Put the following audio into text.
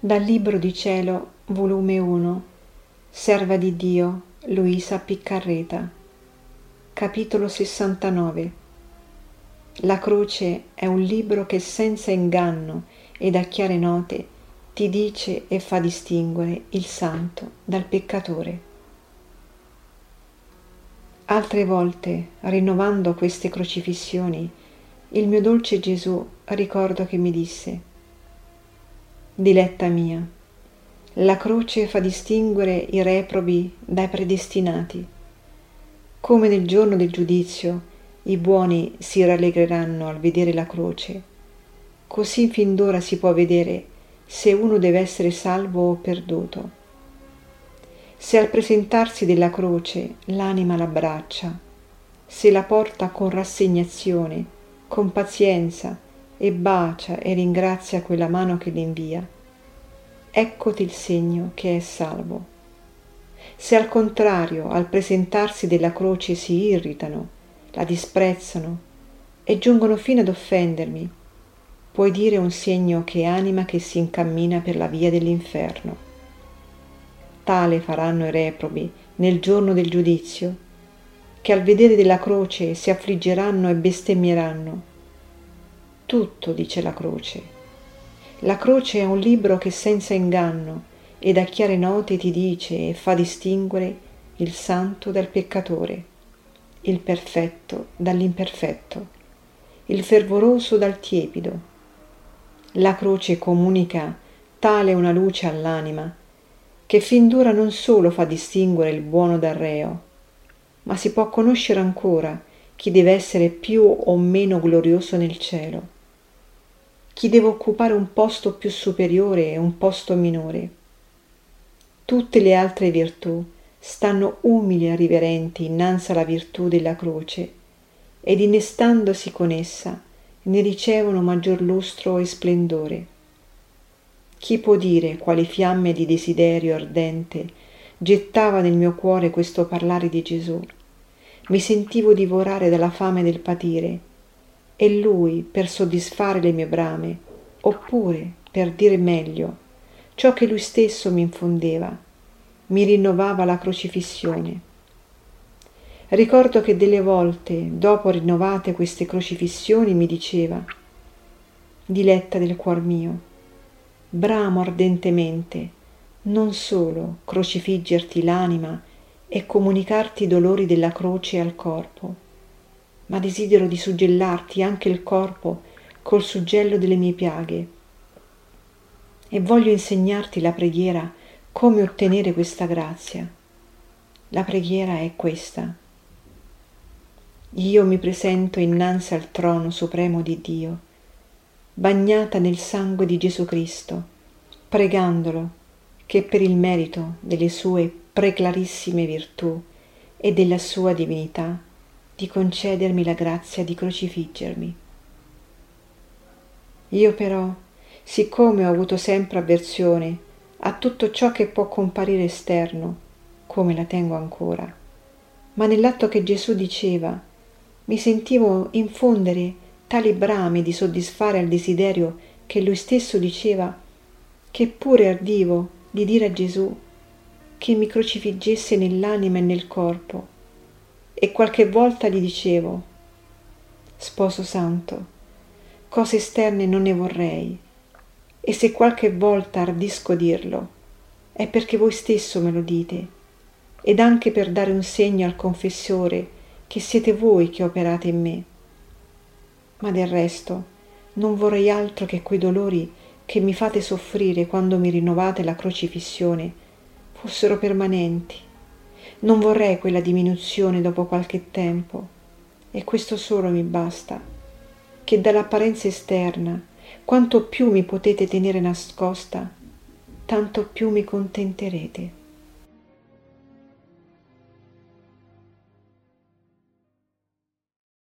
Dal Libro di Cielo, volume 1, Serva di Dio, Luisa Piccarreta, capitolo 69. La croce è un libro che senza inganno ed a chiare note ti dice e fa distinguere il santo dal peccatore. Altre volte, rinnovando queste crocifissioni, il mio dolce Gesù ricordo che mi disse: Diletta mia, la croce fa distinguere i reprobi dai predestinati. Come nel giorno del giudizio i buoni si rallegreranno al vedere la croce, così fin d'ora si può vedere se uno deve essere salvo o perduto. Se al presentarsi della croce l'anima l'abbraccia, se la porta con rassegnazione, con pazienza, e bacia e ringrazia quella mano che l'invia, eccoti il segno che è salvo. Se al contrario al presentarsi della croce si irritano, la disprezzano e giungono fino ad offendermi, puoi dire un segno che è anima che si incammina per la via dell'inferno. Tale faranno i reprobi nel giorno del giudizio, che al vedere della croce si affliggeranno e bestemmieranno. Tutto dice la croce. La croce è un libro che senza inganno ed a chiare note ti dice e fa distinguere il santo dal peccatore, il perfetto dall'imperfetto, il fervoroso dal tiepido. La croce comunica tale una luce all'anima che fin d'ora non solo fa distinguere il buono dal reo, ma si può conoscere ancora chi deve essere più o meno glorioso nel cielo, chi deve occupare un posto più superiore e un posto minore. Tutte le altre virtù stanno umili e riverenti innanzi alla virtù della croce ed innestandosi con essa ne ricevono maggior lustro e splendore. Chi può dire quali fiamme di desiderio ardente gettava nel mio cuore questo parlare di Gesù? Mi sentivo divorare dalla fame del patire, e lui, per soddisfare le mie brame, oppure, per dire meglio, ciò che lui stesso mi infondeva, mi rinnovava la crocifissione. Ricordo che delle volte, dopo rinnovate queste crocifissioni, mi diceva: Diletta del cuor mio, bramo ardentemente non solo crocifiggerti l'anima e comunicarti i dolori della croce al corpo, ma desidero di suggellarti anche il corpo col suggello delle mie piaghe, e voglio insegnarti la preghiera come ottenere questa grazia. La preghiera è questa: io mi presento innanzi al trono supremo di Dio, bagnata nel sangue di Gesù Cristo, pregandolo che per il merito delle sue preclarissime virtù e della sua divinità di concedermi la grazia di crocifiggermi. Io però, siccome ho avuto sempre avversione a tutto ciò che può comparire esterno, come la tengo ancora, ma nell'atto che Gesù diceva, mi sentivo infondere tali brami di soddisfare al desiderio che lui stesso diceva, che pure ardivo di dire a Gesù che mi crocifiggesse nell'anima e nel corpo, e qualche volta gli dicevo: Sposo santo, cose esterne non ne vorrei, e se qualche volta ardisco dirlo, è perché voi stesso me lo dite, ed anche per dare un segno al confessore che siete voi che operate in me. Ma del resto non vorrei altro che quei dolori che mi fate soffrire quando mi rinnovate la crocifissione fossero permanenti. Non vorrei quella diminuzione dopo qualche tempo, e questo solo mi basta, che dall'apparenza esterna, quanto più mi potete tenere nascosta, tanto più mi contenterete.